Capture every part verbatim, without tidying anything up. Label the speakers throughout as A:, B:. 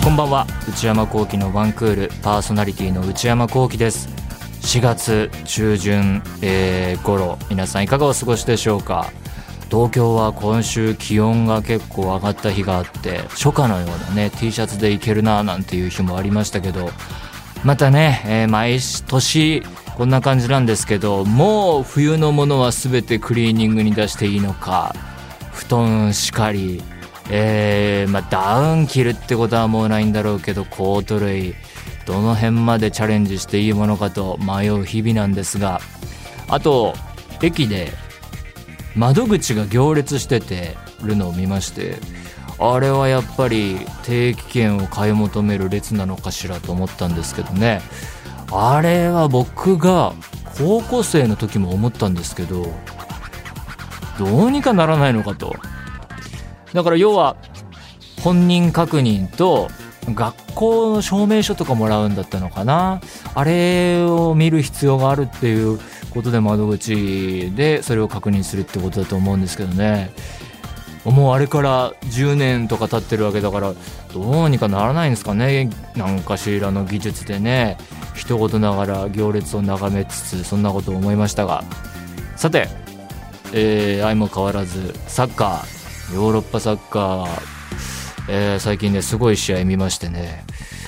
A: こんばんは。内山聖輝のワンクールパーソナリティの内山聖輝です。しがつ中旬、えー、頃皆さんいかがお過ごしでしょうか。東京は今週気温が結構上がった日があって、初夏のようなね T シャツでいけるななんていう日もありましたけど、またね、えー、毎年こんな感じなんですけど、もう冬のものは全てクリーニングに出していいのか、布団しかり、えーまあ、ダウン着るってことはもうないんだろうけど、コート類どの辺までチャレンジしていいものかと迷う日々なんですが、あと駅で窓口が行列しててるのを見まして、あれはやっぱり定期券を買い求める列なのかしらと思ったんですけどね。あれは僕が高校生の時も思ったんですけど、どうにかならないのかと。だから要は本人確認と学校の証明書とかもらうんだったのかな、あれを見る必要があるっていうことで窓口でそれを確認するってことだと思うんですけどね。もうあれからじゅうねんとか経ってるわけだから、どうにかならないんですかね。何かしらの技術でね。一言ながら行列を眺めつつ、そんなことを思いましたが、さて、えー、相も変わらずサッカー、ヨーロッパサッカー、えー、最近ねすごい試合見ましてね、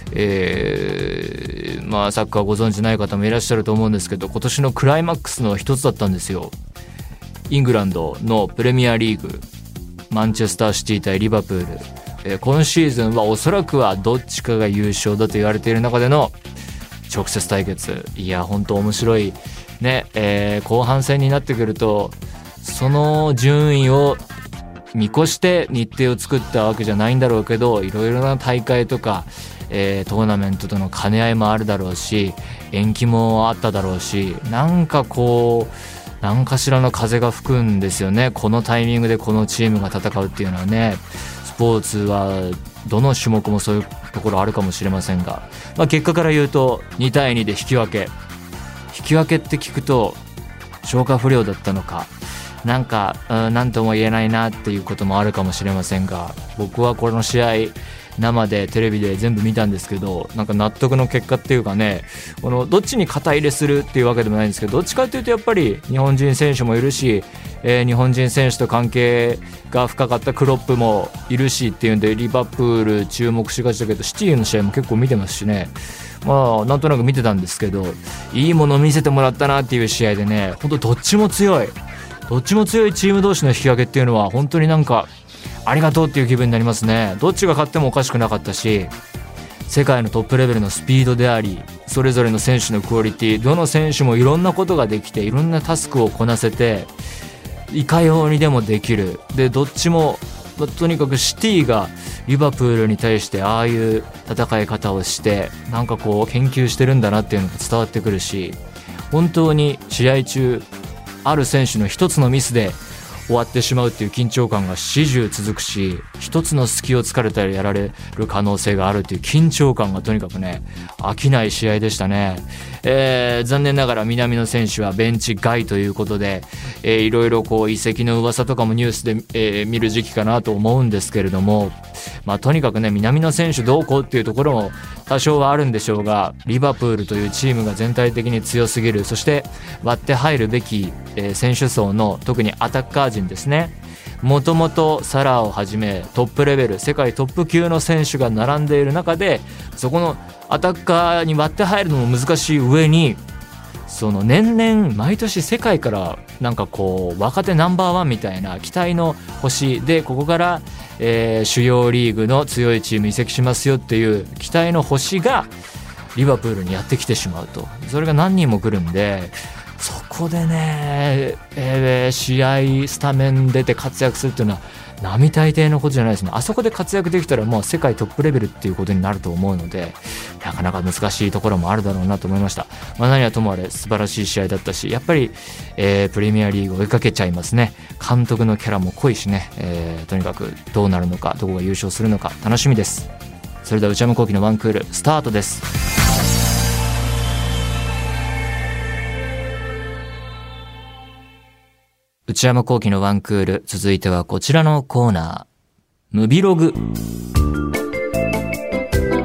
A: えー、まあサッカーご存知ない方もいらっしゃると思うんですけど、今年のクライマックスの一つだったんですよ。イングランドのプレミアリーグ、マンチェスターシティ対リバプール、えー、今シーズンはおそらくはどっちかが優勝だと言われている中での直接対決。いや本当面白いね、えー、後半戦になってくるとその順位を見越して日程を作ったわけじゃないんだろうけど、いろいろな大会とか、えー、トーナメントとの兼ね合いもあるだろうし、延期もあっただろうし、なんかこう何かしらの風が吹くんですよね。このタイミングでこのチームが戦うっていうのはね、スポーツはどの種目もそういうところあるかもしれませんが、まあ、結果から言うとにたいにで引き分け。引き分けって聞くと消化不良だったのか、なんか何とも言えないなっていうこともあるかもしれませんが、僕はこの試合生でテレビで全部見たんですけど、なんか納得の結果っていうかね、このどっちに肩入れするっていうわけでもないんですけど、どっちかっていうとやっぱり日本人選手もいるし、えー、日本人選手と関係が深かったクロップもいるしっていうんで、リバプール注目しがちだけど、シティの試合も結構見てますしね、まあなんとなく見てたんですけど、いいものを見せてもらったなっていう試合でね、本当どっちも強いどっちも強いチーム同士の引き分けっていうのは本当になんかありがとうっていう気分になりますね。どっちが勝ってもおかしくなかったし、世界のトップレベルのスピードであり、それぞれの選手のクオリティ、どの選手もいろんなことができて、いろんなタスクをこなせて、いかようにでもできる。でどっちもとにかくシティがリバプールに対してああいう戦い方をして、なんかこう研究してるんだなっていうのが伝わってくるし、本当に試合中ある選手の一つのミスで終わってしまうっていう緊張感が始終続くし、一つの隙を突かれたりやられる可能性があるっていう緊張感がとにかくね飽きない試合でしたね。えー、残念ながら南野選手はベンチ外ということで、えー、いろいろこう移籍の噂とかもニュースで、えー、見る時期かなと思うんですけれども、まあとにかくね南野選手どうこうっていうところも多少はあるんでしょうが、リバプールというチームが全体的に強すぎる、そして割って入るべき、えー、選手層の特にアタッカー陣ですね。もともとサラーをはじめトップレベル、世界トップ級の選手が並んでいる中で、そこのアタッカーに割って入るのも難しい上に、その年々毎年世界からなんかこう若手ナンバーワンみたいな期待の星で、ここから、えー、主要リーグの強いチーム移籍しますよっていう期待の星がリバプールにやってきてしまうと。それが何人も来るんで、そこでね、えー、試合スタメン出て活躍するっていうのは並大抵のことじゃないですね。あそこで活躍できたらもう世界トップレベルっていうことになると思うので、なかなか難しいところもあるだろうなと思いました。まあ、何はともあれ素晴らしい試合だったし、やっぱり、えー、プレミアリーグ追いかけちゃいますね。監督のキャラも濃いしね、えー、とにかくどうなるのか、どこが優勝するのか楽しみです。それでは内山聖輝のワンクールスタートです。内山聖輝のワンクール、続いてはこちらのコーナー、ムビログ。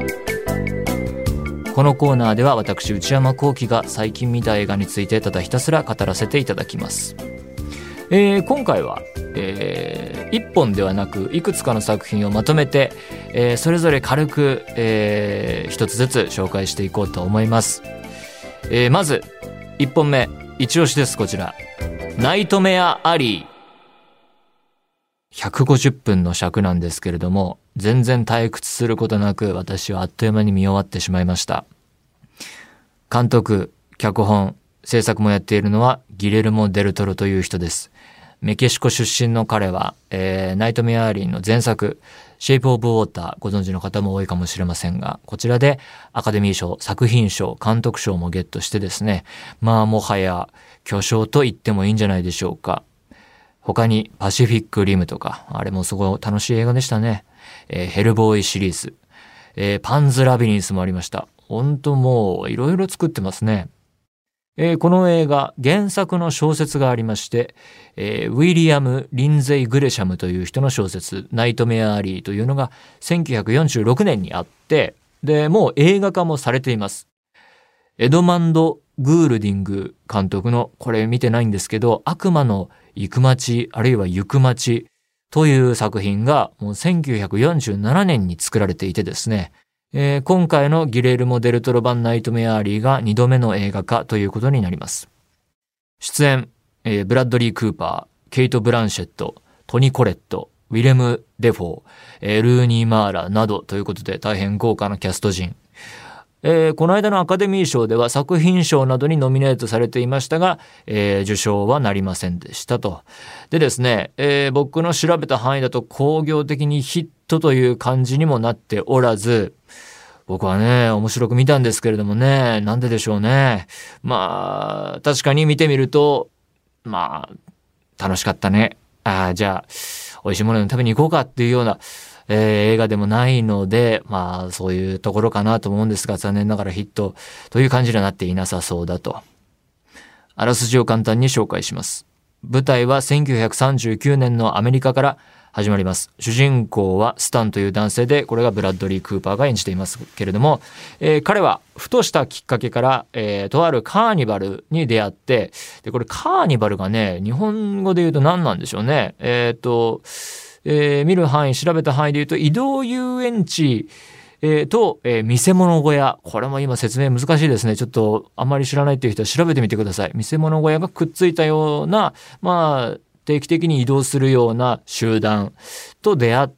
A: このコーナーでは私内山聖輝が最近見た映画についてただひたすら語らせていただきます。えー、今回は、えー、いっぽんではなくいくつかの作品をまとめて、えー、それぞれ軽く、えー、一つずつ紹介していこうと思います。えー、まずいっぽんめ、一押しです。こちらナイトメアアリー。ひゃくごじゅっぷんの尺なんですけれども、全然退屈することなく私はあっという間に見終わってしまいました。監督、脚本、制作もやっているのはギレルモ・デルトロという人です。メキシコ出身の彼は、えー、ナイトメアアリーの前作シェイプ・オブ・ウォーター、ご存知の方も多いかもしれませんが、こちらでアカデミー賞、作品賞、監督賞もゲットしてですね、まあもはや巨匠と言ってもいいんじゃないでしょうか。他にパシフィック・リムとか、あれもすごい楽しい映画でしたね。えー、ヘルボーイシリーズ、えー、パンズ・ラビリンスもありました。ほんともういろいろ作ってますね。えー、この映画、原作の小説がありまして、えー、ウィリアム・リンゼイ・グレシャムという人の小説、ナイトメアアリーというのがせんきゅうひゃくよんじゅうろくねんにあって、で、もう映画化もされています。エドマンド・グールディング監督の、これ見てないんですけど、悪魔の行く街、あるいは行く街という作品がもうせんきゅうひゃくよんじゅうななねんに作られていてですね、えー、今回のギレルモ・デルトロ版ナイトメアアリーがにどめの映画化ということになります。出演、えー、ブラッドリー・クーパー、ケイト・ブランシェット、トニ・コレット、ウィレム・デフォー、えー、ルーニー・マーラなどということで大変豪華なキャスト陣。えー、この間のアカデミー賞では作品賞などにノミネートされていましたが、えー、受賞はなりませんでしたと。でですね、えー、僕の調べた範囲だと興行的にヒットという感じにもなっておらず、僕はね、面白く見たんですけれどもね、なんででしょうね。まあ、確かに見てみると、まあ、楽しかったね。ああ、じゃあ、美味しいものを食べに行こうかっていうような、えー、映画でもないので、まあ、そういうところかなと思うんですが、残念ながらヒットという感じにはなっていなさそうだと。あらすじを簡単に紹介します。舞台はせんきゅうひゃくさんじゅうきゅうねんのアメリカから始まります。主人公はスタンという男性で、これがブラッドリー・クーパーが演じていますけれども、えー、彼はふとしたきっかけから、えー、とあるカーニバルに出会って、でこれカーニバルがね、日本語で言うと何なんでしょうね。えっと、えー、見る範囲、調べた範囲で言うと移動遊園地、えー、と、えー、見せ物小屋。これも今説明難しいですね。ちょっとあんまり知らないっていう人は調べてみてください。見せ物小屋がくっついたような、まあ、定期的に移動するような集団と出会って、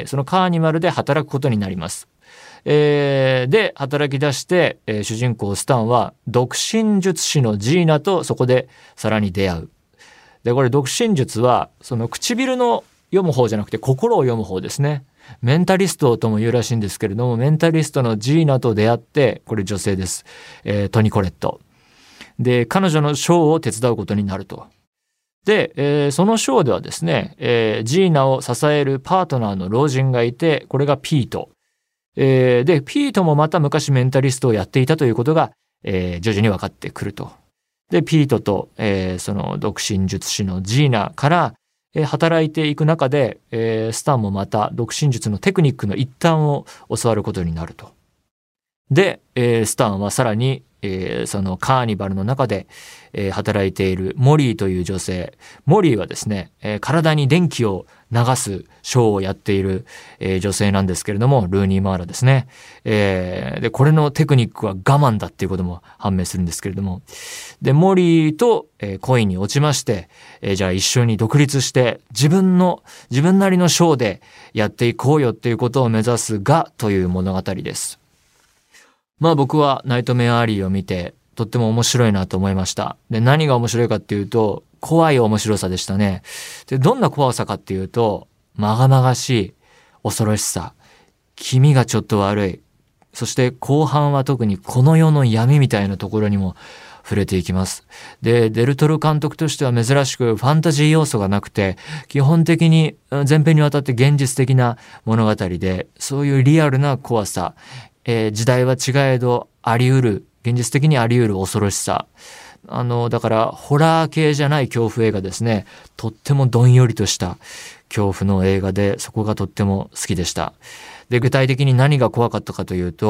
A: そのカーニバルで働くことになります。えー、で、働き出して、えー、主人公スタンは独身術師のジーナとそこでさらに出会う。で、これ独身術は、その唇の読む方じゃなくて心を読む方ですね。メンタリストとも言うらしいんですけれども、メンタリストのジーナと出会って、これ女性です。えー、トニ・コレット。で、彼女のショーを手伝うことになると。で、えー、そのショーではですね、えー、ジーナを支えるパートナーの老人がいて、これがピート。えー、で、ピートもまた昔メンタリストをやっていたということが、えー、徐々に分かってくると。で、ピートと、えー、その独身術師のジーナから、えー、働いていく中で、えー、スタンもまた独身術のテクニックの一端を教わることになると。で、えー、スタンはさらに、えー、そのカーニバルの中で、えー、働いているモリーという女性。モリーはですね、えー、体に電気を流すショーをやっている、えー、女性なんですけれども、ルーニー・マーラですね。えー、で、これのテクニックは我慢だっていうことも判明するんですけれども。で、モリーと、えー、恋に落ちまして、えー、じゃあ一緒に独立して自分の、自分なりのショーでやっていこうよっていうことを目指すがという物語です。まあ僕はナイトメアアリーを見てとっても面白いなと思いました。で、何が面白いかっていうと、怖い面白さでしたね。で、どんな怖さかっていうと、まがまがしい恐ろしさ、気味がちょっと悪い、そして後半は特にこの世の闇みたいなところにも触れていきます。で、デルトロ監督としては珍しくファンタジー要素がなくて、基本的に前編にわたって現実的な物語で、そういうリアルな怖さ、えー、時代は違えどあり得る、現実的にあり得る恐ろしさ。あの、だからホラー系じゃない恐怖映画ですね。とってもどんよりとした恐怖の映画で、そこがとっても好きでした。で、具体的に何が怖かったかというと、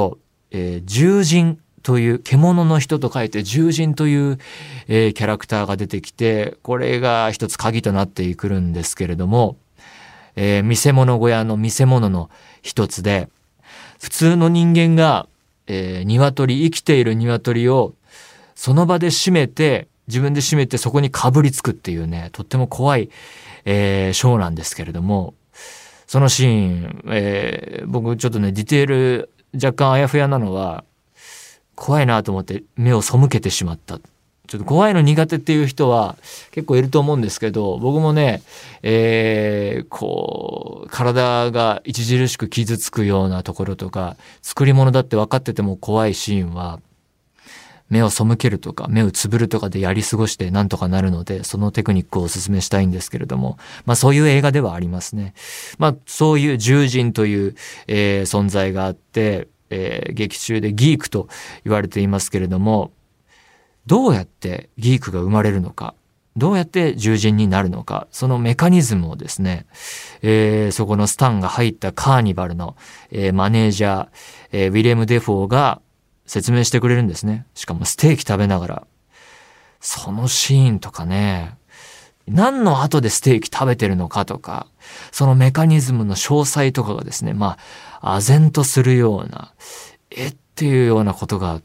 A: えー、獣人という、獣の人と書いて獣人という、えー、キャラクターが出てきて、これが一つ鍵となってくるんですけれども、えー、見せ物小屋の見せ物の一つで、普通の人間が、えー、鶏、生きている鶏をその場で締めて、自分で締めてそこにかぶりつくっていうね、とっても怖い、えー、ショーなんですけれども、そのシーン、えー、僕ちょっとね、ディテール若干あやふやなのは、怖いなと思って目を背けてしまった。ちょっと怖いの苦手っていう人は結構いると思うんですけど、僕もね、えー、こう、体が著しく傷つくようなところとか、作り物だって分かってても怖いシーンは、目を背けるとか、目をつぶるとかでやり過ごしてなんとかなるので、そのテクニックをお勧めしたいんですけれども、まあそういう映画ではありますね。まあそういう獣人という、えー、存在があって、えー、劇中でギークと言われていますけれども、どうやってギークが生まれるのか、どうやって獣人になるのか、そのメカニズムをですね、えー、そこのスタンが入ったカーニバルの、えー、マネージャー、えー、ウィレム・デフォーが説明してくれるんですね。しかもステーキ食べながら。そのシーンとかね、何の後でステーキ食べてるのかとか、そのメカニズムの詳細とかがですね、まあ、唖然とするような、えっていうようなことがあって、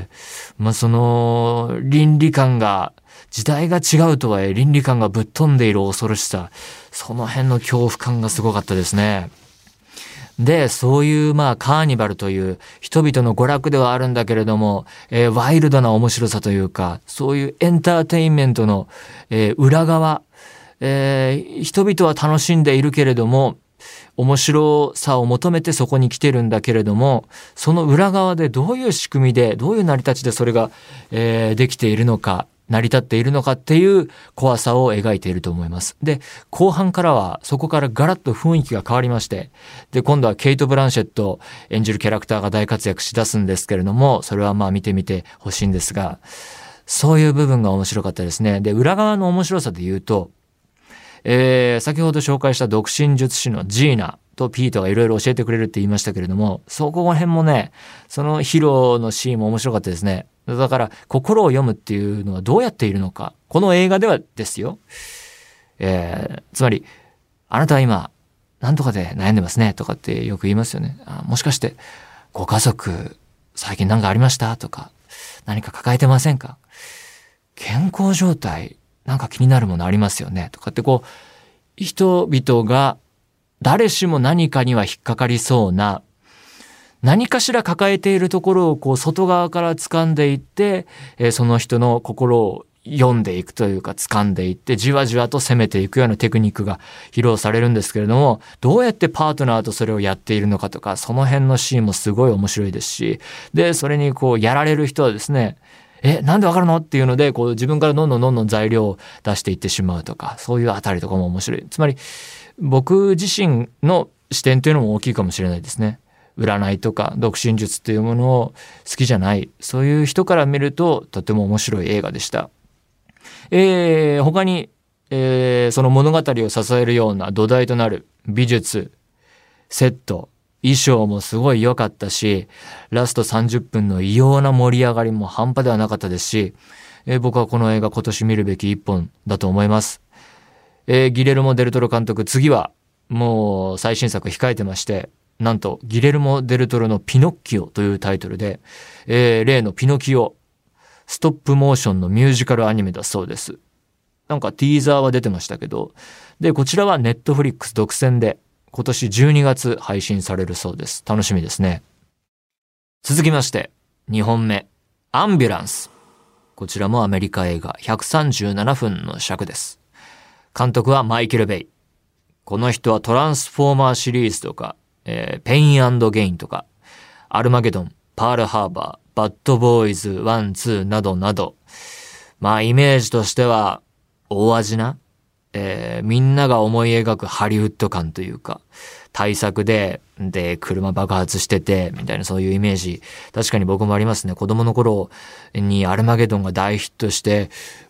A: まあその倫理観が、時代が違うとはいえ倫理観がぶっ飛んでいる恐ろしさ、その辺の恐怖感がすごかったですね。で、そういうまあカーニバルという人々の娯楽ではあるんだけれども、えー、ワイルドな面白さというか、そういうエンターテインメントの、えー、裏側、えー、人々は楽しんでいるけれども、面白さを求めてそこに来てるんだけれども、その裏側でどういう仕組みで、どういう成り立ちでそれが、えー、できているのか、成り立っているのかっていう怖さを描いていると思います。で、後半からはそこからガラッと雰囲気が変わりまして、で、今度はケイト・ブランシェット演じるキャラクターが大活躍しだすんですけれども、それはまあ見てみてほしいんですが、そういう部分が面白かったですね。で、裏側の面白さで言うと、えー、先ほど紹介した独身術師のジーナとピートがいろいろ教えてくれるって言いましたけれども、そこら辺もね、そのヒロのシーンも面白かったですね。だから心を読むっていうのはどうやっているのか、この映画ではですよ、えー、つまりあなたは今何とかで悩んでますねとかってよく言いますよね。あ、もしかしてご家族最近何かありましたとか、何か抱えてませんか、健康状態なんか気になるものありますよねとかって、こう人々が誰しも何かには引っかかりそうな、何かしら抱えているところをこう外側から掴んでいって、えー、その人の心を読んでいくというか掴んでいってじわじわと攻めていくようなテクニックが披露されるんですけれども、どうやってパートナーとそれをやっているのかとか、その辺のシーンもすごい面白いですし、でそれにこうやられる人はですね、え、なんでわかるのっていうので、こう自分からどんどんどんどん材料を出していってしまうとか、そういうあたりとかも面白い。つまり僕自身の視点というのも大きいかもしれないですね。占いとか独身術っていうものを好きじゃない、そういう人から見るととても面白い映画でした。えー、他に、えー、その物語を支えるような土台となる美術、セット、衣装もすごい良かったし、ラストさんじゅっぷんの異様な盛り上がりも半端ではなかったですし、えー、僕はこの映画今年見るべき一本だと思います。えー、ギレルモ・デルトロ監督、次はもう最新作控えてまして、なんとギレルモ・デルトロのピノッキオというタイトルで、えー、例のピノキオストップモーションのミュージカルアニメだそうです。なんかティーザーは出てましたけど、でこちらはネットフリックス独占で今年じゅうにがつ配信されるそうです。楽しみですね。続きましてにほんめ、アンビュランス。こちらもアメリカ映画、ひゃくさんじゅうななふんの尺です。監督はマイケル・ベイ。この人はトランスフォーマーシリーズとか、えー、ペイン&ゲインとか、アルマゲドン、パールハーバー、バッドボーイズワン、ツーなどなど、まあイメージとしては大味な、えー、みんなが思い描くハリウッド感というか、大作で、で、車爆発してて、みたいなそういうイメージ、確かに僕もありますね。子供の頃にアルマゲドンが大ヒットして、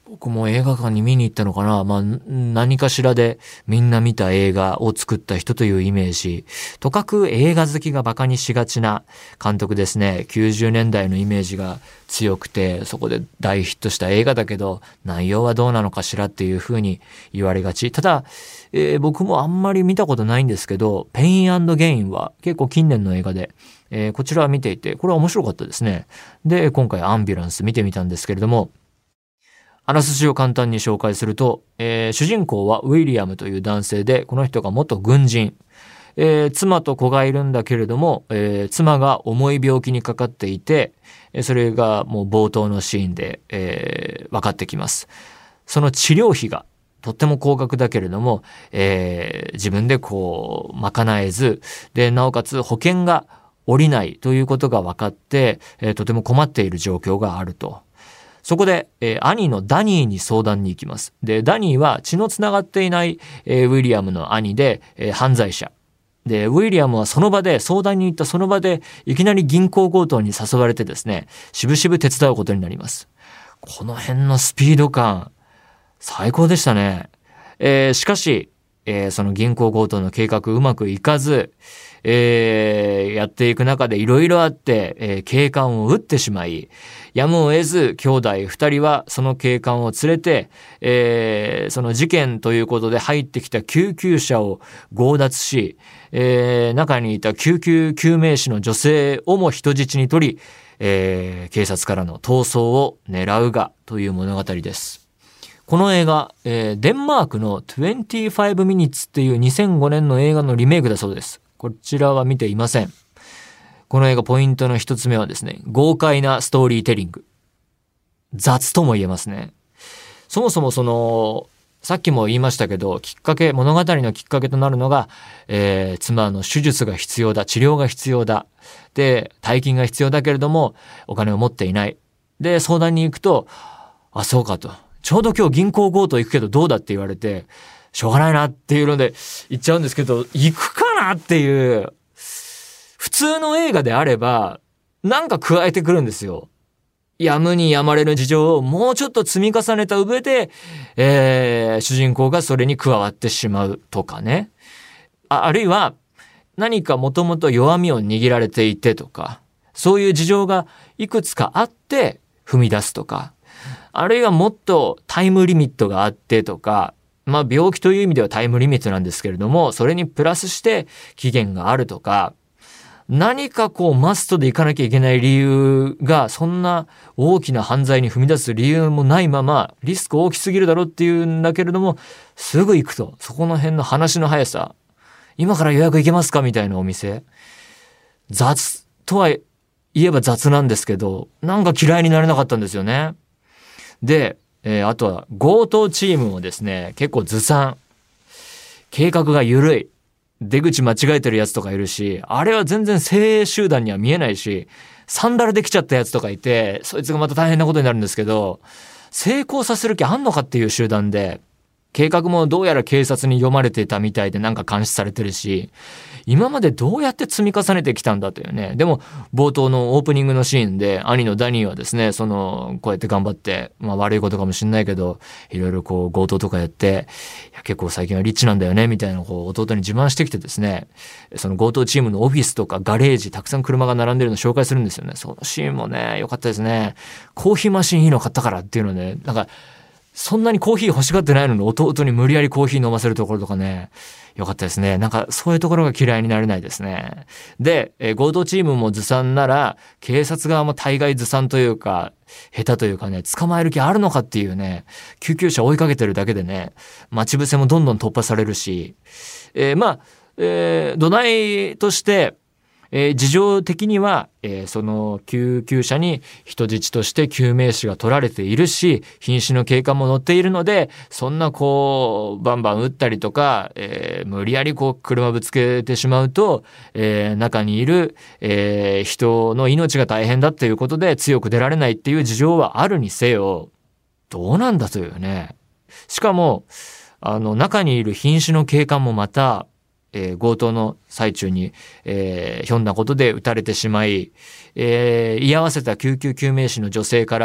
A: 僕も映画館に見に行ったのかな。まあ、何かしらでみんな見た映画を作った人というイメージ。とかく映画好きがバカにしがちな監督ですね。きゅうじゅうねんだいのイメージが強くて、そこで大ヒットした映画だけど、内容はどうなのかしらっていう風に言われがち。ただ、えー、僕もあんまり見たことないんですけど、ペイン&ゲインは結構近年の映画で、えー、こちらは見ていて、これは面白かったですね。で、今回アンビュランス見てみたんですけれども、あらすじを簡単に紹介すると、えー、主人公はウィリアムという男性で、この人が元軍人。えー、妻と子がいるんだけれども、えー、妻が重い病気にかかっていて、それがもう冒頭のシーンで、えー、分かってきます。その治療費がとっても高額だけれども、えー、自分でこう、賄えず、で、なおかつ保険が下りないということが分かって、えー、とても困っている状況があると。そこで、えー、兄のダニーに相談に行きます。で、ダニーは血のつながっていない、えー、ウィリアムの兄で、えー、犯罪者。で、ウィリアムはその場で、相談に行ったその場で、いきなり銀行強盗に誘われてですね、しぶしぶ手伝うことになります。この辺のスピード感、最高でしたね。えー、しかし、えー、その銀行強盗の計画うまくいかず、えー、やっていく中でいろいろあって、えー、警官を撃ってしまい、やむを得ず兄弟二人はその警官を連れて、えー、その事件ということで入ってきた救急車を強奪し、えー、中にいた救急救命士の女性をも人質に取り、えー、警察からの逃走を狙うがという物語です。この映画、えー、デンマークのにじゅうごミニッツっていうにせんごねんの映画のリメイクだそうです。こちらは見ていません。この映画ポイントの一つ目はですね、豪快なストーリーテリング。雑とも言えますね。そもそもその、さっきも言いましたけど、きっかけ、物語のきっかけとなるのが、えー、妻の手術が必要だ、治療が必要だ。で、大金が必要だけれども、お金を持っていない。で、相談に行くと、あ、そうかと。ちょうど今日銀行強盗行くけどどうだって言われて、しょうがないなっていうので言っちゃうんですけど、行くかなっていう、普通の映画であれば、なんか加えてくるんですよ。やむにやまれる事情をもうちょっと積み重ねた上で、えー、主人公がそれに加わってしまうとかね。あ、あるいは、何かもともと弱みを握られていてとか、そういう事情がいくつかあって踏み出すとか、あるいはもっとタイムリミットがあってとか、まあ病気という意味ではタイムリミットなんですけれども、それにプラスして期限があるとか、何かこうマストで行かなきゃいけない理由が、そんな大きな犯罪に踏み出す理由もないまま、リスク大きすぎるだろっていうんだけれども、すぐ行くと。そこの辺の話の速さ。今から予約行けますかみたいなお店。雑とは言えば雑なんですけど、なんか嫌いになれなかったんですよね。で、えー、あとは強盗チームもですね、結構ずさん。計画が緩い。出口間違えてるやつとかいるし、あれは全然精鋭集団には見えないし、サンダルできちゃったやつとかいて、そいつがまた大変なことになるんですけど、成功させる気あんのかっていう集団で、計画もどうやら警察に読まれていたみたいでなんか監視されてるし、今までどうやって積み重ねてきたんだというね。でも冒頭のオープニングのシーンで兄のダニーはですね、そのこうやって頑張って、まあ悪いことかもしれないけど、いろいろこう強盗とかやって、いや結構最近はリッチなんだよねみたいなこう弟に自慢してきてですね、その強盗チームのオフィスとかガレージたくさん車が並んでるの紹介するんですよね。そのシーンもね良かったですね。コーヒーマシンいいの買ったからっていうのね、なんかそんなにコーヒー欲しがってないのに弟に無理やりコーヒー飲ませるところとかね、よかったですね。なんかそういうところが嫌いになれないですね。で、えー、強盗チームもずさんなら、警察側も大概ずさんというか、下手というかね、捕まえる気あるのかっていうね、救急車追いかけてるだけでね、待ち伏せもどんどん突破されるし、えー、まあ、えー、土台として、えー、事情的には、えー、その救急車に人質として救命士が取られているし、瀕死の警官も乗っているので、そんなこうバンバン撃ったりとか、えー、無理やりこう車ぶつけてしまうと、えー、中にいる、えー、人の命が大変だっていうことで強く出られないっていう事情はあるにせよ、どうなんだというね。しかもあの中にいる瀕死の警官もまたえー、強盗の最中に、えー、ひょんなことで撃たれてしまい、えー、居合わせた救急救命士の女性から、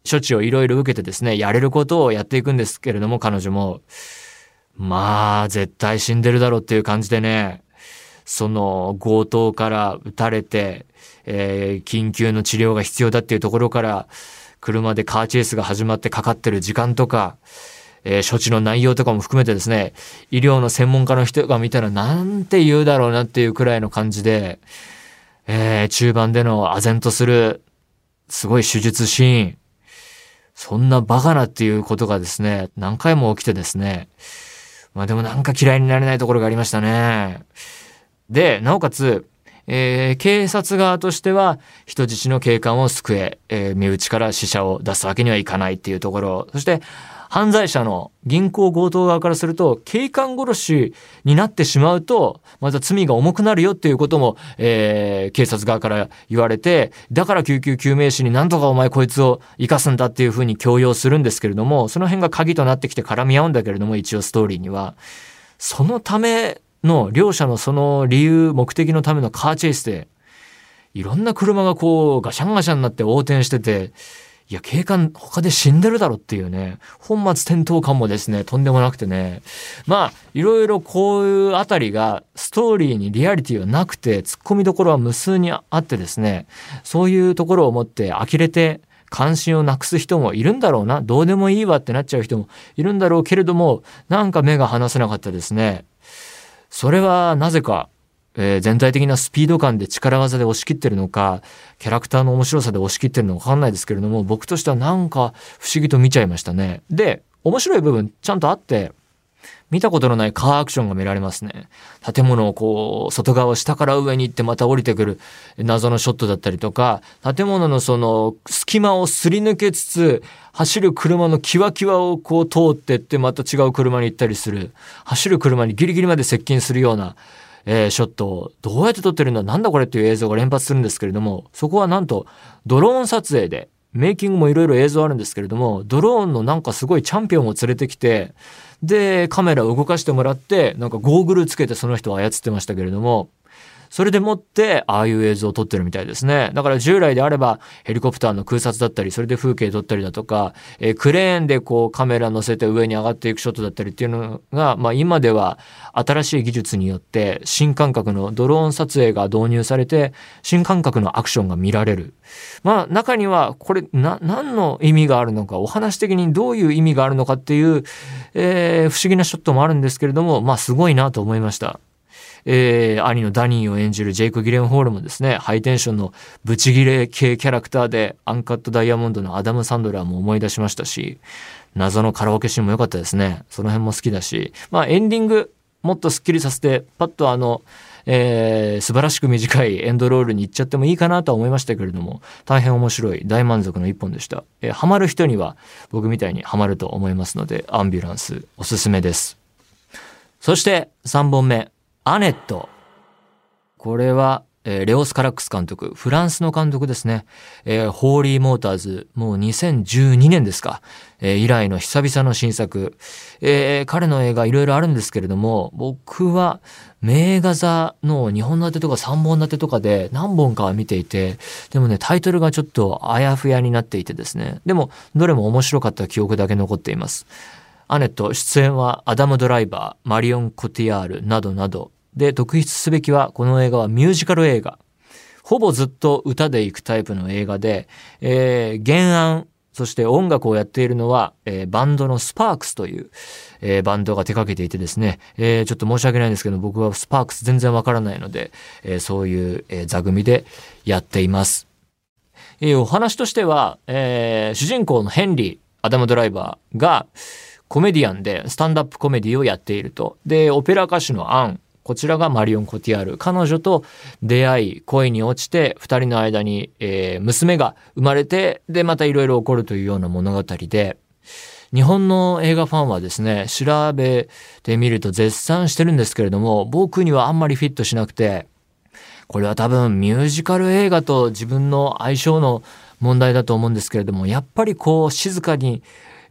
A: 処置をいろいろ受けてですね、やれることをやっていくんですけれども、彼女も、まあ、絶対死んでるだろうっていう感じでね、その強盗から撃たれて、えー、緊急の治療が必要だっていうところから、車でカーチェイスが始まってかかってる時間とか、えー、処置の内容とかも含めてですね、医療の専門家の人が見たらなんて言うだろうなっていうくらいの感じで、えー、中盤での唖然とする、すごい手術シーン、そんなバカなっていうことがですね、何回も起きてですね、まあでもなんか嫌いになれないところがありましたね。で、なおかつ、えー、警察側としては人質の警官を救え、えー、身内から死者を出すわけにはいかないっていうところ、そして犯罪者の銀行強盗側からすると警官殺しになってしまうとまた罪が重くなるよっていうことも、えー、警察側から言われて、だから救急救命士になんとかお前こいつを生かすんだっていうふうに強要するんですけれども、その辺が鍵となってきて絡み合うんだけれども、一応ストーリーにはそのための両者のその理由目的のためのカーチェイスでいろんな車がこうガシャンガシャンになって横転してて、いや警官他で死んでるだろっていうね、本末転倒感もですねとんでもなくてね、まあいろいろこういうあたりがストーリーにリアリティはなくて突っ込みどころは無数にあってですね、そういうところをもって呆れて関心をなくす人もいるんだろうな、どうでもいいわってなっちゃう人もいるんだろうけれども、なんか目が離せなかったですね。それはなぜか、えー、全体的なスピード感で力技で押し切ってるのか、キャラクターの面白さで押し切ってるのか分かんないですけれども、僕としてはなんか不思議と見ちゃいましたね。で、面白い部分ちゃんとあって、見たことのないカーアクションが見られますね。建物をこう外側を下から上に行ってまた降りてくる謎のショットだったりとか、建物のその隙間をすり抜けつつ走る車のキワキワをこう通ってってまた違う車に行ったりする、走る車にギリギリまで接近するような、えー、ショットをどうやって撮ってるんだ、なんだこれっていう映像が連発するんですけれども、そこはなんとドローン撮影で、メイキングもいろいろ映像あるんですけれども、ドローンのなんかすごいチャンピオンを連れてきて、でカメラを動かしてもらって、なんかゴーグルつけてその人を操ってましたけれども、それでもってああいう映像を撮ってるみたいですね。だから従来であればヘリコプターの空撮だったり、それで風景撮ったりだとか、えー、クレーンでこうカメラ乗せて上に上がっていくショットだったりっていうのが、まあ今では新しい技術によって新感覚のドローン撮影が導入されて、新感覚のアクションが見られる。まあ中にはこれな何の意味があるのか、お話的にどういう意味があるのかっていう、えー、不思議なショットもあるんですけれども、まあすごいなと思いました。えー、兄のダニーを演じるジェイク・ギレンホールもですね、ハイテンションのブチギレ系キャラクターで、アンカット・ダイヤモンドのアダム・サンドラーも思い出しましたし、謎のカラオケシーンも良かったですね。その辺も好きだし、まあエンディングもっとスッキリさせて、パッとあの、えー、素晴らしく短いエンドロールに行っちゃってもいいかなとは思いましたけれども、大変面白い大満足の一本でした。えー、ハマる人には僕みたいにハマると思いますので、アンビュランスおすすめです。そしてさんぼんめ、アネット。これは、えー、レオス・カラックス監督、フランスの監督ですね。えー、ホーリー・モーターズ、もうにせんじゅうにねんですか、えー、以来の久々の新作。えー、彼の映画いろいろあるんですけれども、僕は名画座のにほん立てとかさんぼん立てとかで何本かは見ていて、でもね、タイトルがちょっとあやふやになっていてですね、でもどれも面白かった記憶だけ残っています。アネット、出演はアダム・ドライバー、マリオン・コティアールなどなどで、特筆すべきはこの映画はミュージカル映画、ほぼずっと歌で行くタイプの映画で、えー、原案そして音楽をやっているのは、えー、バンドのスパークスという、えー、バンドが手掛けていてですね、えー、ちょっと申し訳ないんですけど、僕はスパークス全然わからないので、えー、そういう、えー、座組でやっています。えー、お話としては、えー、主人公のヘンリー、アダム・ドライバーがコメディアンでスタンダップコメディをやっていると。で、オペラ歌手のアン、こちらがマリオン・コティアール。彼女と出会い、恋に落ちて、二人の間に、えー、娘が生まれて、で、またいろいろ起こるというような物語で、日本の映画ファンはですね、調べてみると絶賛してるんですけれども、僕にはあんまりフィットしなくて、これは多分ミュージカル映画と自分の相性の問題だと思うんですけれども、やっぱりこう静かに、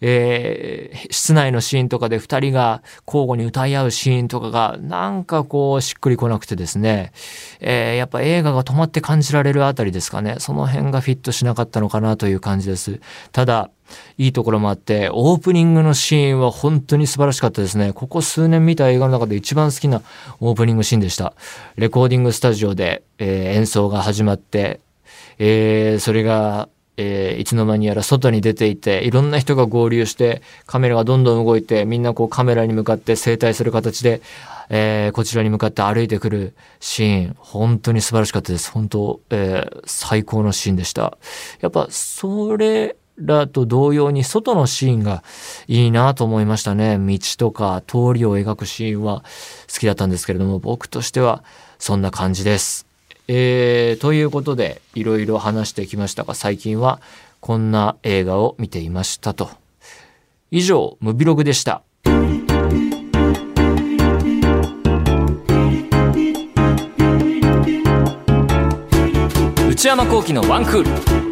A: えー、室内のシーンとかで二人が交互に歌い合うシーンとかがなんかこうしっくりこなくてですね、えー、やっぱ映画が止まって感じられるあたりですかね、その辺がフィットしなかったのかなという感じです。ただいいところもあって、オープニングのシーンは本当に素晴らしかったですね。ここ数年見た映画の中で一番好きなオープニングシーンでした。レコーディングスタジオで、えー、演奏が始まって、えー、それがえー、いつの間にやら外に出ていて、いろんな人が合流してカメラがどんどん動いて、みんなこうカメラに向かって正対する形で、えー、こちらに向かって歩いてくるシーン、本当に素晴らしかったです。本当、えー、最高のシーンでした。やっぱそれらと同様に外のシーンがいいなと思いましたね。道とか通りを描くシーンは好きだったんですけれども、僕としてはそんな感じです。えー、ということでいろいろ話してきましたが、最近はこんな映画を見ていましたと。以上、ムビログでした。内山聖輝のワンクール。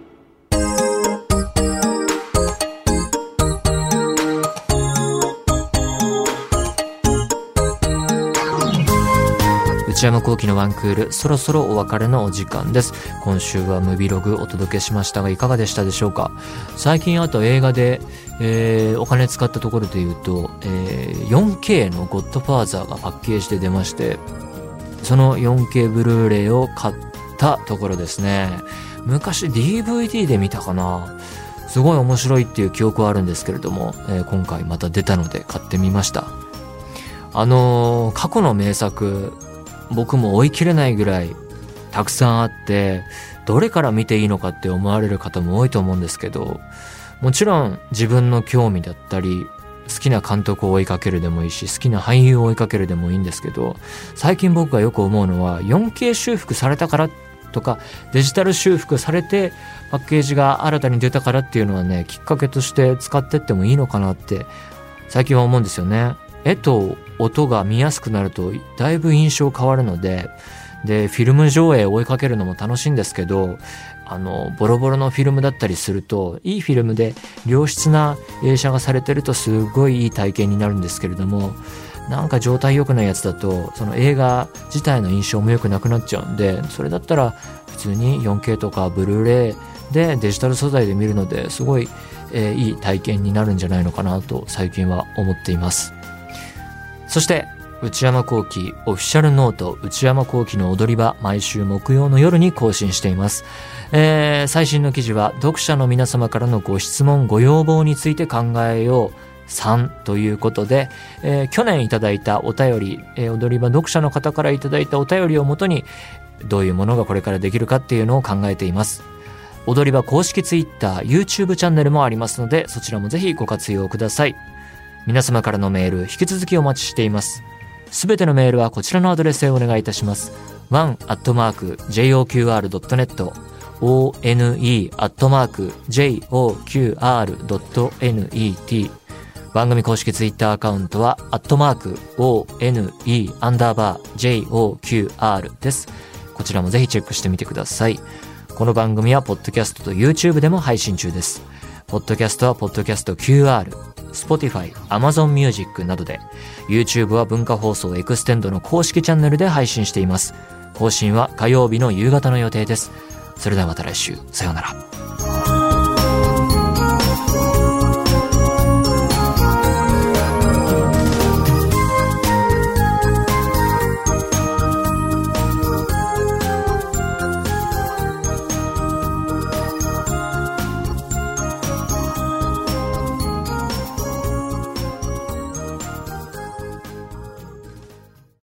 A: 内山聖輝のワンクール、そろそろお別れのお時間です。今週はムビログお届けしましたが、いかがでしたでしょうか。最近あと映画で、えー、お金使ったところで言うと、えー、よんケー のゴッドファーザーがパッケージで出まして、その よんケー ブルーレイを買ったところですね。昔 ディーブイディー で見たかな。すごい面白いっていう記憶はあるんですけれども、えー、今回また出たので買ってみました。あのー、過去の名作、僕も追い切れないぐらいたくさんあって、どれから見ていいのかって思われる方も多いと思うんですけど、もちろん自分の興味だったり、好きな監督を追いかけるでもいいし、好きな俳優を追いかけるでもいいんですけど、最近僕がよく思うのは よんケー 修復されたからとか、デジタル修復されてパッケージが新たに出たからっていうのはね、きっかけとして使ってってもいいのかなって最近は思うんですよね。絵と音が見やすくなるとだいぶ印象変わるので、でフィルム上映を追いかけるのも楽しいんですけど、あのボロボロのフィルムだったりすると、いいフィルムで良質な映写がされてるとすごいいい体験になるんですけれども、なんか状態良くないやつだとその映画自体の印象も良くなくなっちゃうんで、それだったら普通に よんケー とかブルーレイでデジタル素材で見るのですごい、えー、いい体験になるんじゃないのかなと最近は思っています。そして内山聖輝オフィシャルノート内山聖輝の踊り場、毎週木曜の夜に更新しています。えー、最新の記事は読者の皆様からのご質問ご要望について考えようさんということで、えー、去年いただいたお便り、えー、踊り場読者の方からいただいたお便りをもとにどういうものがこれからできるかっていうのを考えています。踊り場公式ツイッター YouTube チャンネルもありますので、そちらもぜひご活用ください。皆様からのメール引き続きお待ちしています。すべてのメールはこちらのアドレスへお願いいたします。ワン アットマーク ジェイオーキューアール ドットネット オーエヌイー アットマーク ジェイオーキューアール ドットネット 番組公式ツイッターアカウントはアットマーク オーエヌイー アンダーバー ジェイオーキューアール です。こちらもぜひチェックしてみてください。この番組はポッドキャストと YouTube でも配信中です。ポッドキャストはポッドキャスト キューアール、Spotify、Amazon Music などで、YouTube は文化放送エクステンドの公式チャンネルで配信しています。更新は火曜日の夕方の予定です。それではまた来週、さようなら。